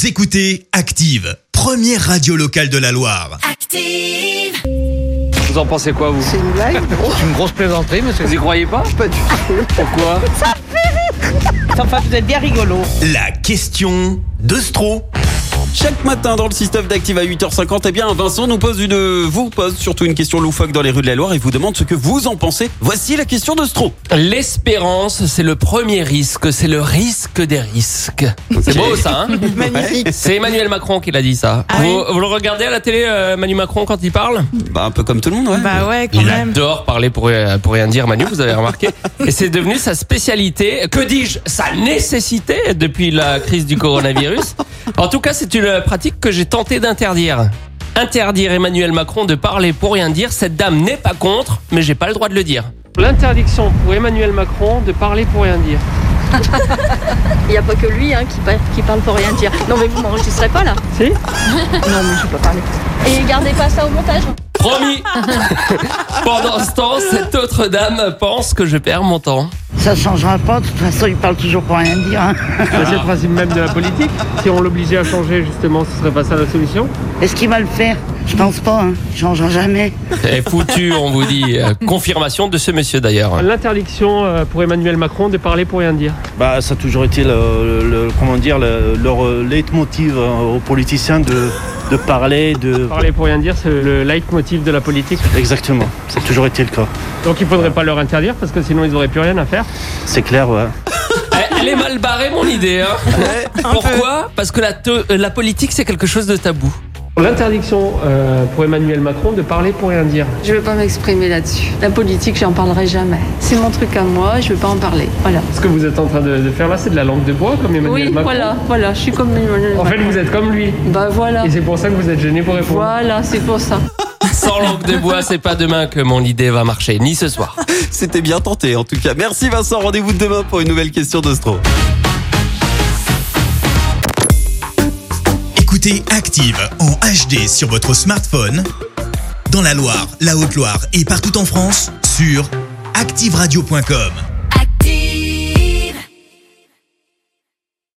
Vous écoutez Active, première radio locale de la Loire. Active. Vous en pensez quoi, vous? C'est une blague? C'est une grosse plaisanterie, monsieur. Vous y croyez pas? Pas du tout. Pourquoi? Enfin, vous êtes bien rigolo. La question de Stro. Chaque matin dans le système d'Active à 8h50, eh bien Vincent nous vous pose surtout une question loufoque dans les rues de la Loire et vous demande ce que vous en pensez. Voici la question de Stro. L'espérance, c'est le premier risque, c'est le risque des risques. C'est beau ça, hein? Magnifique. C'est Emmanuel Macron qui l'a dit ça. Vous le regardez à la télé, Manu Macron, quand il parle? Bah un peu comme tout le monde, ouais. Bah ouais, quand Il même. adore parler pour rien dire, Manu, vous avez remarqué. Et c'est devenu sa spécialité, que dis-je, sa nécessité depuis la crise du coronavirus. En tout cas, c'est une pratique que j'ai tenté d'interdire. Interdire Emmanuel Macron de parler pour rien dire. Cette dame n'est pas contre, mais j'ai pas le droit de le dire. L'interdiction pour Emmanuel Macron de parler pour rien dire. Il n'y a pas que lui qui parle pour rien dire. Non mais vous m'enregistrez pas là? Si? Non mais je peux pas parler. Et gardez pas ça au montage. Promis. Pendant ce temps, cette autre dame pense que je perds mon temps. Ça changera pas, de toute façon, il parle toujours pour rien dire. Hein. C'est le principe même de la politique. Si on l'obligeait à changer, justement, ce serait pas ça la solution? Est-ce qu'il va le faire? Je pense pas, hein. Il changera jamais. C'est foutu, on vous dit. Confirmation de ce monsieur d'ailleurs. L'interdiction pour Emmanuel Macron de parler pour rien dire. Bah, ça a toujours été leur leitmotiv aux politiciens de parler, de... Parler pour rien dire, c'est le leitmotiv de la politique. Exactement, ça a toujours été le cas. Donc il faudrait pas leur interdire parce que sinon ils auraient plus rien à faire. C'est clair, ouais. Elle est mal barrée mon idée. Hein. Pourquoi? Parce que la politique c'est quelque chose de tabou. L'interdiction pour Emmanuel Macron de parler pour rien dire. Je veux pas m'exprimer là-dessus. La politique, j'en parlerai jamais. C'est mon truc à moi, je veux pas en parler. Voilà. Ce que vous êtes en train de faire là, c'est de la langue de bois comme Emmanuel Oui, Macron. voilà, je suis comme Emmanuel En fait, Macron. vous êtes comme lui. Bah voilà. Et c'est pour ça que vous êtes gêné pour répondre. Voilà, c'est pour ça. Sans langue de bois, c'est pas demain que mon idée va marcher, ni ce soir. C'était bien tenté en tout cas. Merci Vincent, rendez-vous demain pour une nouvelle question de Stro. Écoutez Active en HD sur votre smartphone, dans la Loire, la Haute-Loire et partout en France, sur activeradio.com.